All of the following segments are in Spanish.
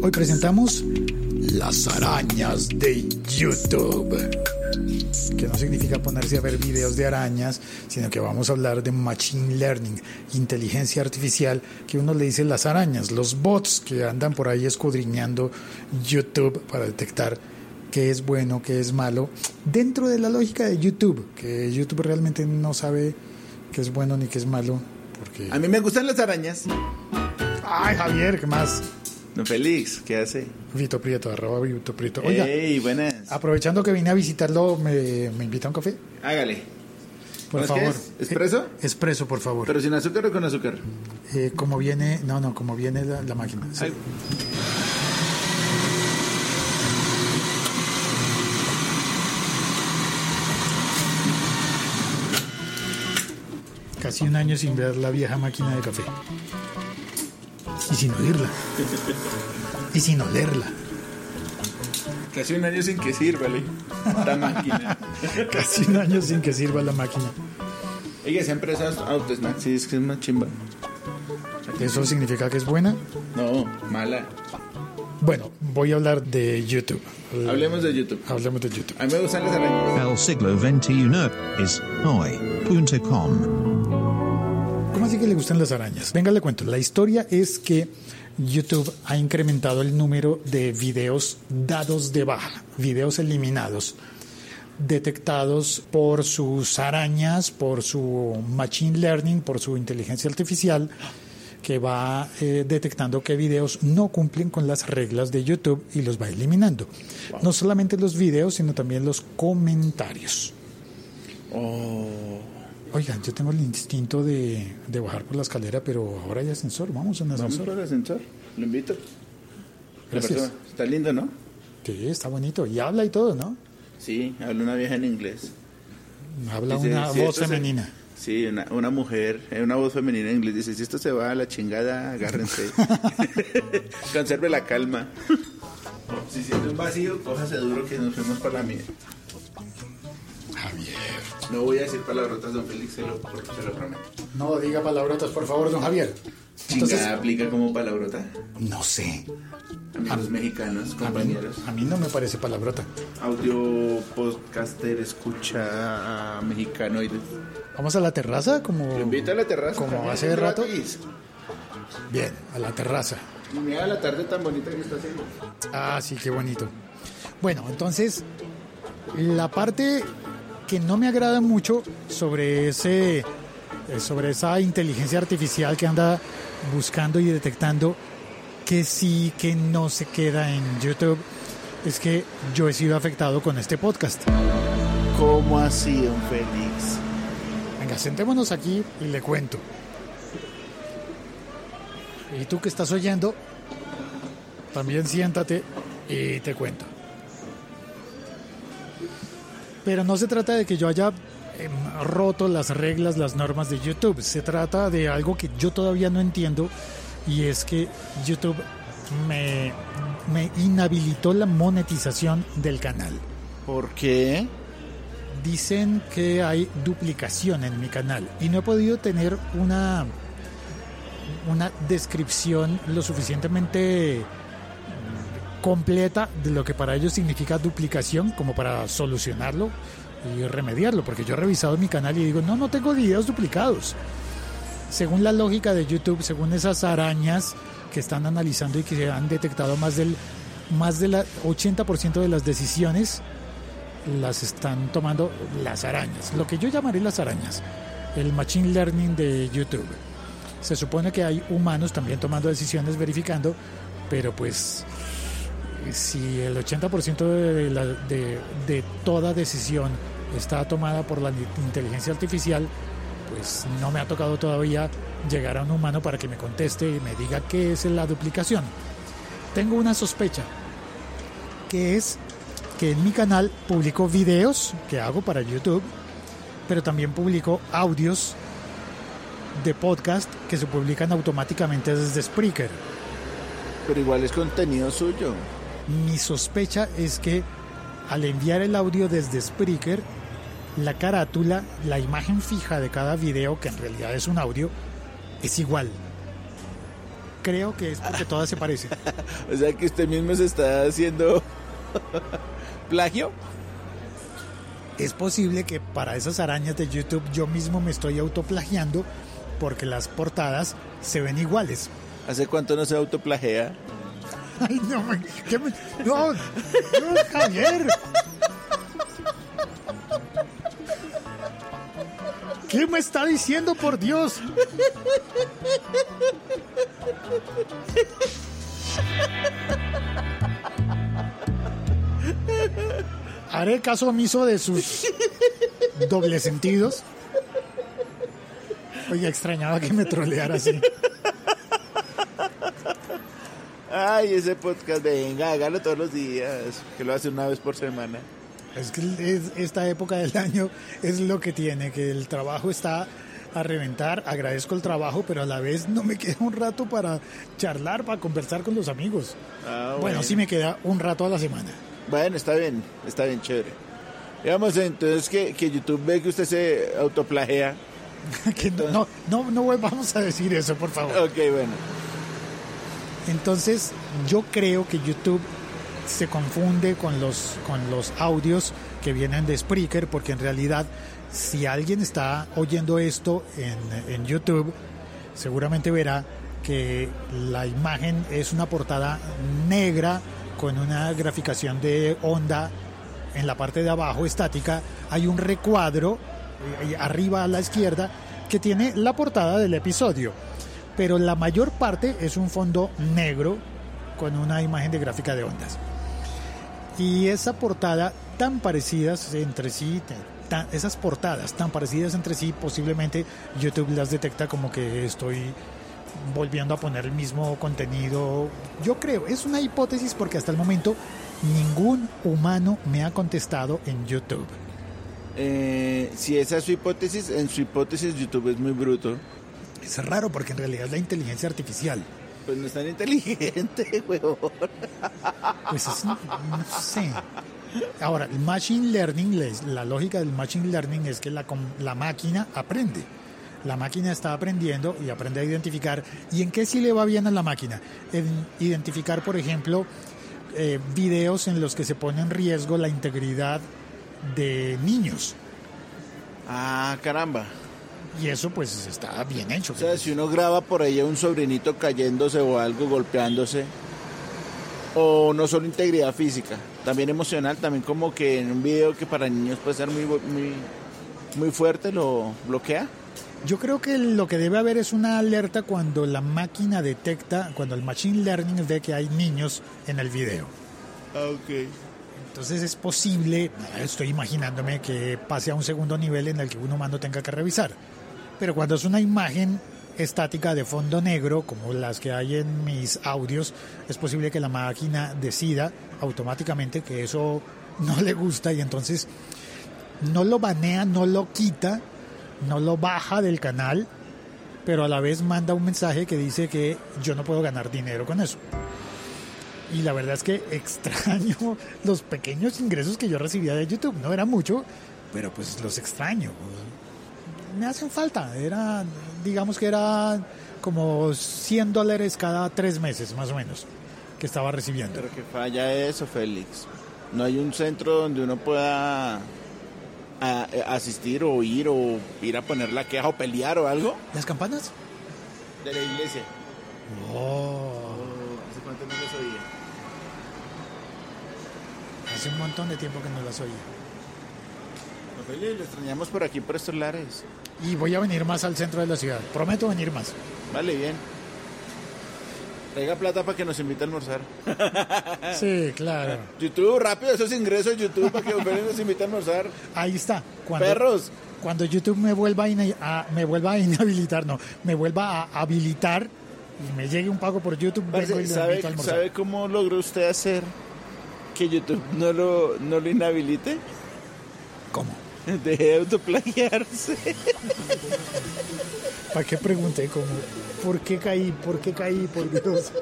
Hoy presentamos las arañas de YouTube, que no significa ponerse a ver videos de arañas, sino que vamos a hablar de Machine Learning, inteligencia artificial, que uno le dice las arañas, los bots que andan por ahí escudriñando YouTube para detectar qué es bueno, qué es malo, dentro de la lógica de YouTube, que YouTube realmente no sabe qué es bueno ni qué es malo. Porque... A mí me gustan las arañas. Ay, Javier, ¿qué más? Don Félix, ¿qué hace? Vito Prieto, @Vito Prieto. Oiga, hey, buenas. Aprovechando que vine a visitarlo, ¿me invita a un café? Hágale. Por favor. ¿Expreso? Expreso, por favor. ¿Pero sin azúcar o con azúcar? Como viene, como viene la máquina. Sí. Casi un año sin ver la vieja máquina de café. Y sin oírla. Y sin olerla. Casi un año sin que sirva la máquina. Casi un año sin que sirva la máquina. Oiga, esa empresa Autosnack, sí, es que es más chimba. ¿Eso significa que es buena? No, mala. Bueno, voy a hablar de YouTube. Hablemos de YouTube. Hablemos de YouTube. A mí me gustan las arañas. El siglo XXI es hoy.com. ¿Cómo así que le gustan las arañas? Venga, le cuento. La historia es que YouTube ha incrementado el número de videos dados de baja, videos eliminados, detectados por sus arañas, por su machine learning, por su inteligencia artificial, que va detectando qué videos no cumplen con las reglas de YouTube y los va eliminando. Wow. No solamente los videos, sino también los comentarios. Oigan, yo tengo el instinto de bajar por la escalera, pero ahora hay ascensor. Vamos en ascensor. Vamos por el ascensor. Lo invito. Gracias. Está lindo, ¿no? Sí, está bonito. Y habla y todo, ¿no? Sí, habla una vieja en inglés. Habla una voz femenina. Sí, una mujer, una voz femenina en inglés. Dice, si esto se va a la chingada, agárrense. Conserve la calma. Si siente un vacío, cójase duro que nos fuimos para la mía. Javier. No voy a decir palabrotas, don Félix, se lo prometo. No diga palabrotas, por favor, don Javier. Entonces, ¿chingada aplica como palabrota? No sé. Amigos mexicanos, compañeros. A mí no me parece palabrota. Audio, podcaster, escucha mexicanoides. ¿Vamos a la terraza? Lo invito a la terraza. Como hace rato. Bien, a la terraza. Y mira la tarde tan bonita que está haciendo. Ah, sí, qué bonito. Bueno, entonces, la parte que no me agrada mucho sobre esa inteligencia artificial que anda buscando y detectando que sí, que no se queda en YouTube, es que yo he sido afectado con este podcast. ¿Cómo así, don Félix? Venga, sentémonos aquí y le cuento. Y tú que estás oyendo, también siéntate y te cuento. Pero no se trata de que yo haya roto las reglas, las normas de YouTube. Se trata de algo que yo todavía no entiendo, y es que YouTube me inhabilitó la monetización del canal. ¿Por qué? Dicen que hay duplicación en mi canal y no he podido tener una descripción lo suficientemente completa de lo que para ellos significa duplicación como para solucionarlo y remediarlo, porque yo he revisado mi canal y digo, no tengo videos duplicados. Según la lógica de YouTube, según esas arañas que están analizando y que han detectado más del 80% de las decisiones las están tomando las arañas, lo que yo llamaré las arañas, el machine learning de YouTube. Se supone que hay humanos también tomando decisiones, verificando, pero pues si el 80% de toda decisión está tomada por la inteligencia artificial, pues no me ha tocado todavía llegar a un humano para que me conteste y me diga qué es la duplicación. Tengo una sospecha, que es que en mi canal publico videos que hago para YouTube, pero también publico audios de podcast que se publican automáticamente desde Spreaker. Pero igual es contenido suyo. Mi sospecha es que al enviar el audio desde Spreaker, la carátula, la imagen fija de cada video, que en realidad es un audio, es igual. creo que es porque todas se parecen. O sea que usted mismo se está haciendo plagio. Es posible que para esas arañas de YouTube yo mismo me estoy autoplagiando porque las portadas se ven iguales. ¿Hace cuánto no se autoplagea? Ay, no, no, Javier. ¿Qué me está diciendo, por Dios? Haré caso omiso de sus dobles sentidos. Oye, extrañaba que me troleara así. Ay, ese podcast, venga, hágalo todos los días, que lo hace una vez por semana. Es que esta época del año es lo que tiene, que el trabajo está a reventar. Agradezco el trabajo, pero a la vez no me queda un rato para charlar, para conversar con los amigos. Bueno, sí me queda un rato a la semana. Bueno, está bien, chévere. Digamos entonces que YouTube ve que usted se autoplagea. Que no vamos a decir eso, por favor. Ok, bueno. Entonces, yo creo que YouTube se confunde con los audios que vienen de Spreaker, porque en realidad, si alguien está oyendo esto en YouTube, seguramente verá que la imagen es una portada negra con una graficación de onda en la parte de abajo, estática. Hay un recuadro arriba a la izquierda que tiene la portada del episodio, pero la mayor parte es un fondo negro con una imagen de gráfica de ondas. Y esa portada tan parecidas entre sí, esas portadas tan parecidas entre sí, posiblemente YouTube las detecta como que estoy volviendo a poner el mismo contenido. Yo creo, es una hipótesis porque hasta el momento ningún humano me ha contestado en YouTube. Si esa es su hipótesis, en su hipótesis YouTube es muy bruto. Es raro porque en realidad es la inteligencia artificial. Pues no es tan inteligente, huevón. Pues no sé. Ahora, el Machine Learning, la lógica del Machine Learning es que la máquina aprende. La máquina está aprendiendo y aprende a identificar. ¿Y en qué sí le va bien a la máquina? En identificar, por ejemplo, videos en los que se pone en riesgo la integridad de niños. Ah, caramba. Y eso pues está bien hecho. O sea, si uno graba por ahí a un sobrinito cayéndose o algo, golpeándose, o no solo integridad física, también emocional, también como que en un video que para niños puede ser muy fuerte, lo bloquea. Yo creo que lo que debe haber es una alerta cuando la máquina detecta, cuando el Machine Learning ve que hay niños en el video. Ok. Entonces es posible, estoy imaginándome que pase a un segundo nivel en el que un humano tenga que revisar. Pero cuando es una imagen estática de fondo negro, como las que hay en mis audios, es posible que la máquina decida automáticamente que eso no le gusta y entonces no lo banea, no lo quita, no lo baja del canal, pero a la vez manda un mensaje que dice que yo no puedo ganar dinero con eso. Y la verdad es que extraño los pequeños ingresos que yo recibía de YouTube. No era mucho, pero pues los extraño. Me hacen falta. Digamos que era como $100 cada 3 meses, más o menos, que estaba recibiendo. Pero que falla eso, Félix. No hay un centro donde uno pueda asistir o ir a poner la queja o pelear o algo. ¿Las campanas? De la iglesia. ¿Hace cuánto no las oía? Hace un montón de tiempo que no las oía. No, Félix, lo extrañamos por aquí, por estos lares. Y voy a venir más al centro de la ciudad. Prometo venir más. Vale, bien. Traiga plata para que nos invite a almorzar. Sí, claro. YouTube, rápido, esos ingresos de YouTube para que nos invite a almorzar. Ahí está. Perros. Cuando YouTube me vuelva a inhabilitar, no, me vuelva a habilitar y me llegue un pago por YouTube, vengo y lo invito a almorzar. ¿Sabe cómo logró usted hacer que YouTube no lo inhabilite? ¿Cómo? Deje de autoplagiarse. ¿Para qué pregunté? ¿Cómo? ¿Por qué caí? Por Dios.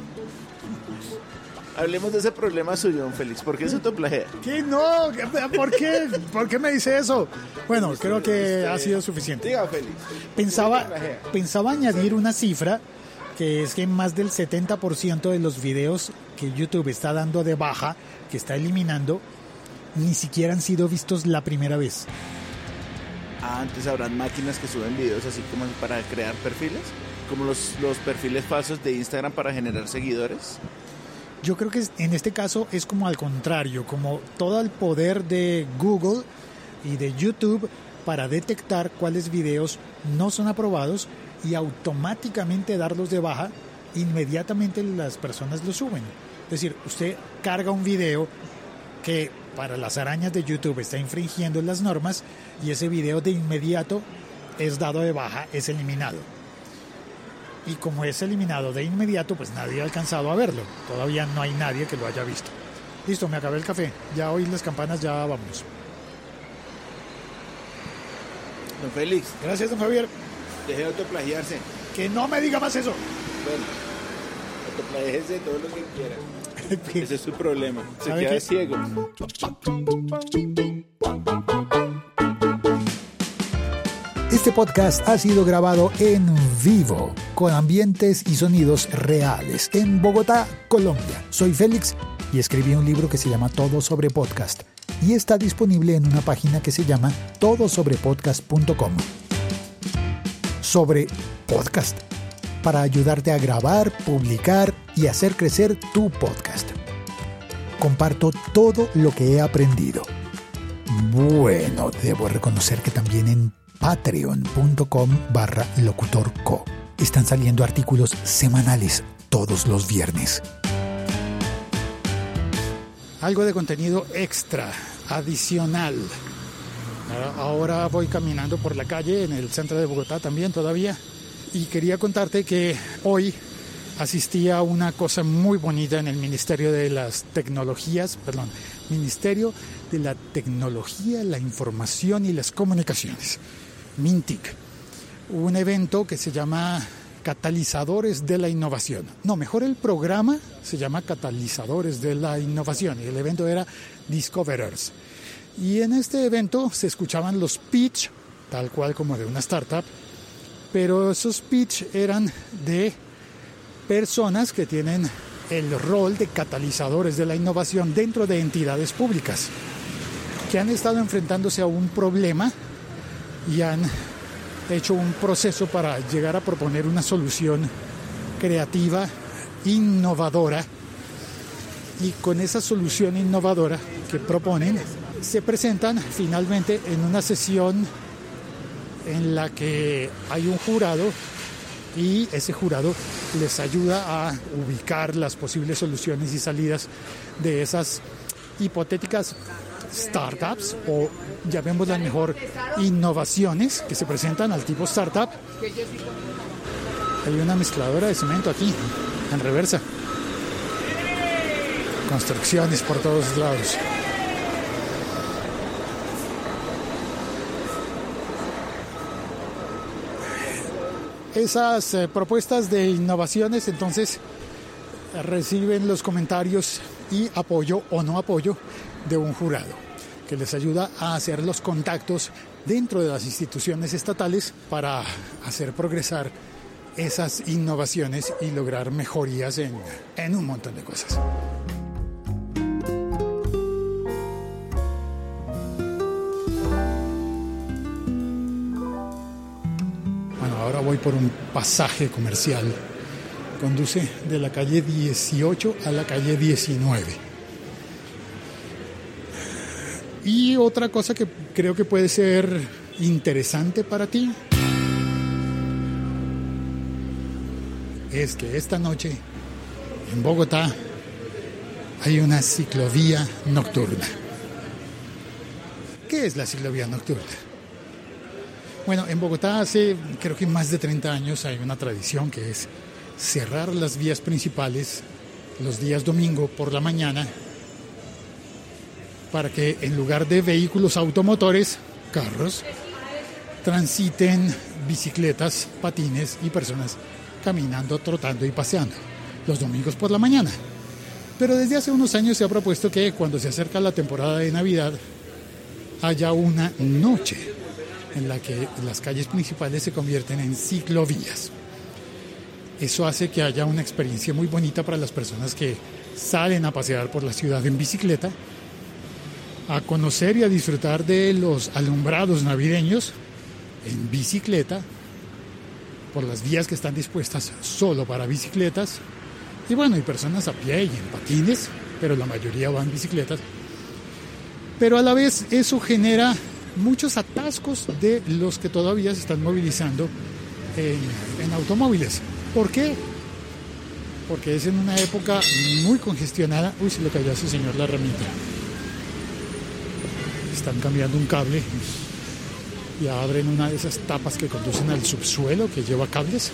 Hablemos de ese problema suyo, don Félix. ¿Por qué se autoplagia? ¿Qué no? ¿Por qué? ¿Por qué me dice eso? Bueno, creo que ha sido suficiente. Diga, Félix. Pensaba añadir una cifra que es que más del 70% de los videos que YouTube está dando de baja, que está eliminando, ni siquiera han sido vistos la primera vez. Antes habrán máquinas que suben videos así como para crear perfiles, como los perfiles falsos de Instagram para generar seguidores. Yo creo que en este caso es como al contrario, como todo el poder de Google y de YouTube para detectar cuáles videos no son aprobados y automáticamente darlos de baja, inmediatamente las personas lo suben. Es decir, usted carga un video que para las arañas de YouTube está infringiendo las normas y ese video de inmediato es dado de baja, es eliminado. Y como es eliminado de inmediato, pues nadie ha alcanzado a verlo. Todavía no hay nadie que lo haya visto. Listo, me acabé el café. Ya oí las campanas, ya vámonos. Don Félix. Gracias, don Javier. Deje de autoplagiarse. Que no me diga más eso. Bueno, autoplagiarse todo lo que quiera. Ese es su problema. Se ¿Sabe queda qué? ciego. Este podcast ha sido grabado en vivo, con ambientes y sonidos reales, en Bogotá, Colombia. Soy Félix y escribí un libro que se llama Todo sobre Podcast y está disponible en una página que se llama todosobrepodcast.com. Sobre podcast, para ayudarte a grabar, publicar y hacer crecer tu podcast. Comparto todo lo que he aprendido. Bueno, debo reconocer que también en patreon.com/locutorco están saliendo artículos semanales todos los viernes. Algo de contenido extra, adicional. Ahora voy caminando por la calle en el centro de Bogotá también todavía y quería contarte que hoy asistí a una cosa muy bonita en el Ministerio de Ministerio de la Tecnología, la Información y las Comunicaciones, MINTIC, un evento que se llama Catalizadores de la Innovación. No, mejor el programa se llama Catalizadores de la Innovación y el evento era Discoverers. Y en este evento se escuchaban los pitch, tal cual como de una startup, pero esos pitch eran de personas que tienen el rol de catalizadores de la innovación dentro de entidades públicas, que han estado enfrentándose a un problema y han hecho un proceso para llegar a proponer una solución creativa, innovadora, y con esa solución innovadora que proponen, se presentan finalmente en una sesión en la que hay un jurado y ese jurado les ayuda a ubicar las posibles soluciones y salidas de esas hipotéticas startups, o llamémoslas mejor innovaciones que se presentan al tipo startup. Hay una mezcladora de cemento aquí en reversa, construcciones por todos lados. Esas propuestas de innovaciones entonces reciben los comentarios y apoyo o no apoyo de un jurado que les ayuda a hacer los contactos dentro de las instituciones estatales para hacer progresar esas innovaciones y lograr mejorías en un montón de cosas. Ahora voy por un pasaje comercial. Conduce de la calle 18 a la calle 19. Y otra cosa que creo que puede ser interesante para ti es que esta noche en Bogotá hay una ciclovía nocturna. ¿Qué es la ciclovía nocturna? Bueno, en Bogotá hace creo que más de 30 años hay una tradición que es cerrar las vías principales los días domingo por la mañana para que en lugar de vehículos automotores, carros, transiten bicicletas, patines y personas caminando, trotando y paseando los domingos por la mañana. Pero desde hace unos años se ha propuesto que cuando se acerca la temporada de Navidad haya una noche en la que las calles principales se convierten en ciclovías. Eso hace que haya una experiencia muy bonita para las personas que salen a pasear por la ciudad en bicicleta, a conocer y a disfrutar de los alumbrados navideños en bicicleta, por las vías que están dispuestas solo para bicicletas, y bueno, hay personas a pie y en patines, pero la mayoría van en bicicletas. Pero a la vez eso genera muchos atascos de los que todavía se están movilizando en automóviles. ¿Por qué? Porque es en una época muy congestionada. Uy, se le cayó a ese señor la herramienta. Están cambiando un cable y abren una de esas tapas que conducen al subsuelo que lleva cables.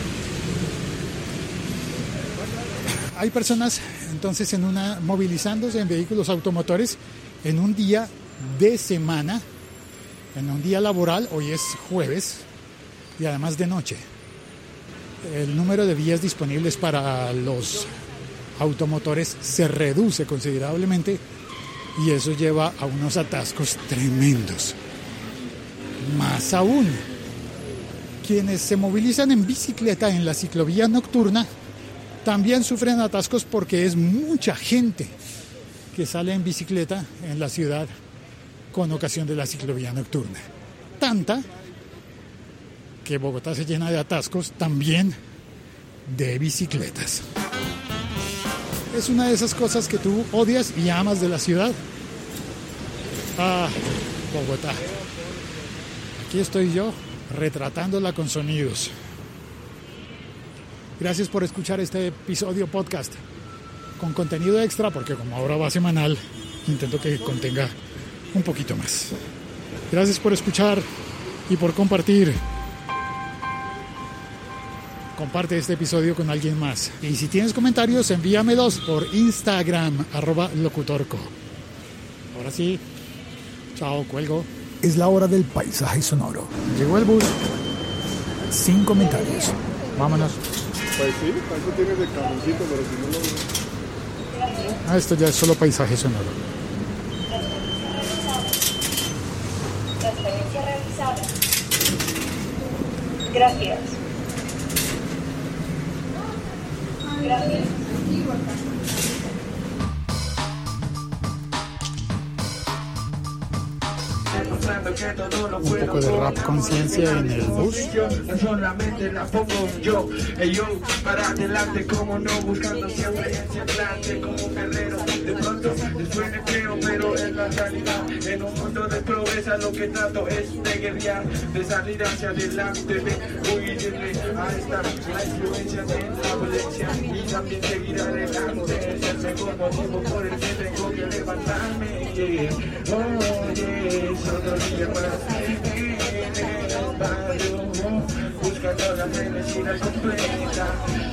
Hay personas entonces movilizándose en vehículos automotores en un día de semana, en un día laboral. Hoy es jueves y además de noche. El número de vías disponibles para los automotores se reduce considerablemente y eso lleva a unos atascos tremendos. Más aún, quienes se movilizan en bicicleta en la ciclovía nocturna también sufren atascos porque es mucha gente que sale en bicicleta en la ciudad con ocasión de la ciclovía nocturna. Tanta que Bogotá se llena de atascos también de bicicletas. Es una de esas cosas que tú odias y amas de la ciudad. Ah, Bogotá. Aquí estoy yo retratándola con sonidos. Gracias por escuchar este episodio podcast con contenido extra, porque como ahora va semanal, intento que contenga un poquito más. Gracias por escuchar y por compartir. Comparte este episodio con alguien más. Y si tienes comentarios, envíamelos por Instagram, @locutorco. Ahora sí, chao, cuelgo. Es la hora del paisaje sonoro. Llegó el bus. Sin comentarios. Vámonos. Pues sí, eso tienes de carroncito, pero si no lo... Esto ya es solo paisaje sonoro. Transferencia realizada. Gracias. Gracias. Un poco de rap conciencia en el bus. Solamente la pongo yo, yo para adelante, como no, buscando siempre el semblante como un guerrero. De pronto les suene feo, pero es la realidad. En un mundo de progresa lo que trato es de guerrear, de salir hacia adelante, de huirle a esta la influencia de la violencia y también seguir adelante. Es el mejor motivo por el que tengo que levantarme. Oye, otro día más en el barrio, buscando la felicidad completa.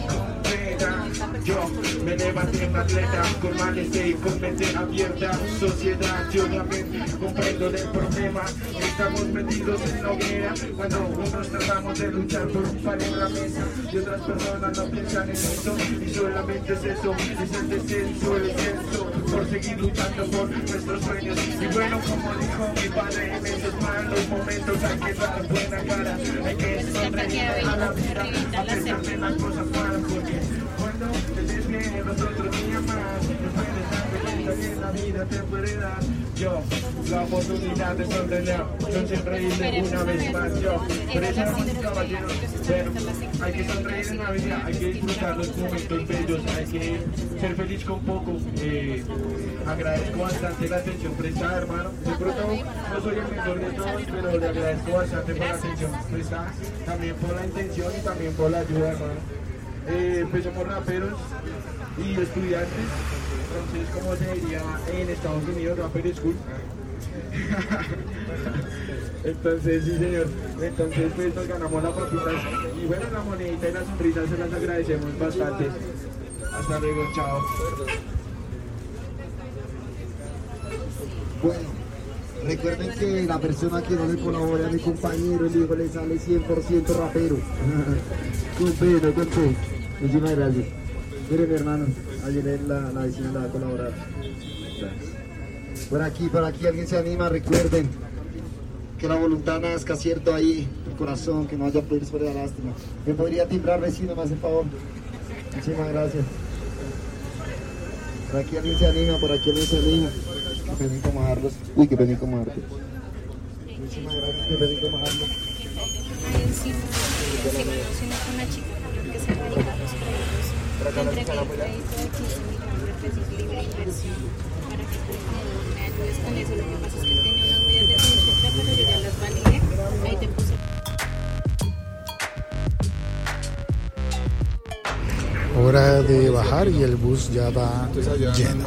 Yo me levanté un atleta con malestar y con mente abierta. Sociedad, yo también comprendo del problema. Estamos metidos en la hoguera cuando unos tratamos de luchar por un pan en la mesa y otras personas no piensan en eso y solamente es eso, es el descenso, el descenso por seguir luchando por nuestros sueños. Y bueno, como dijo mi padre, en esos malos momentos hay que dar buena cara, hay que sonreír a la vida a pesar de las cosas malas, porque cuando te desviene los otros días más, no puedes darte cuenta que en la vida te puede dar. Yo, la oportunidad de sonreír, sonreírle una vez más. Yo, por eso, caballeros, bueno, hay que sonreír en la vida, hay que disfrutar los momentos bellos, hay que ser feliz con poco. Agradezco bastante la atención prestada, hermano. De pronto no soy el mejor de todos, pero le agradezco bastante por la atención prestada, también por la intención y también por la ayuda, hermano. Pues somos raperos y estudiantes, entonces como se diría en Estados Unidos, rapper school. Entonces sí señor, entonces pues nos ganamos la papitas y bueno, la monedita y la sonrisa se las agradecemos bastante. Hasta luego, chao. Bueno, recuerden que la persona que no le colabore a mi compañero, el hijo le sale 100% rapero. Con pena, con pena. Muchísimas gracias. Miren, hermanos, ayer la vecina le va a colaborar. Por aquí alguien se anima. Recuerden que la voluntad nazca, ¿cierto? Ahí corazón, que no haya pedir por la lástima. ¿Me podría timbrar, vecino, me hace el favor? Muchísimas gracias. Por aquí alguien se anima, por aquí alguien se anima. Que pena incomodarlos. Uy, que pena incomodarlos. Muchísimas gracias, que pena incomodarlos. Sí, con una chica que se radica los productos. Entre que el crédito de 15 millones de pesos libre de inversión para que por favor me ayudes con eso. Lo que pasa es que tenía unas huellas de consulta, pero yo ya las validé. Ahí te puse. Hora de bajar y el bus ya va lleno.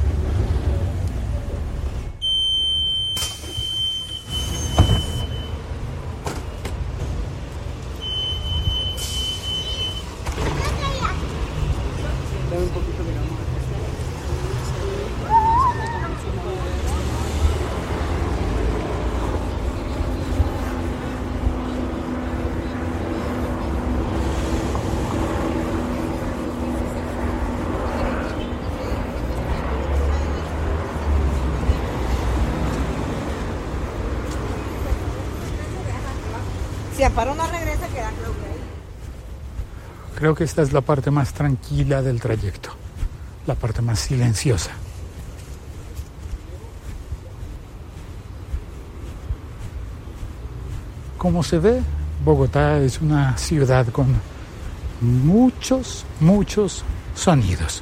Si Amparo no regresa, queda creo que ahí. Creo que esta es la parte más tranquila del trayecto, la parte más silenciosa. Como se ve, Bogotá es una ciudad con muchos sonidos.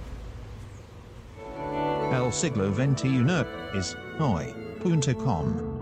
El siglo XXI is hoy.com.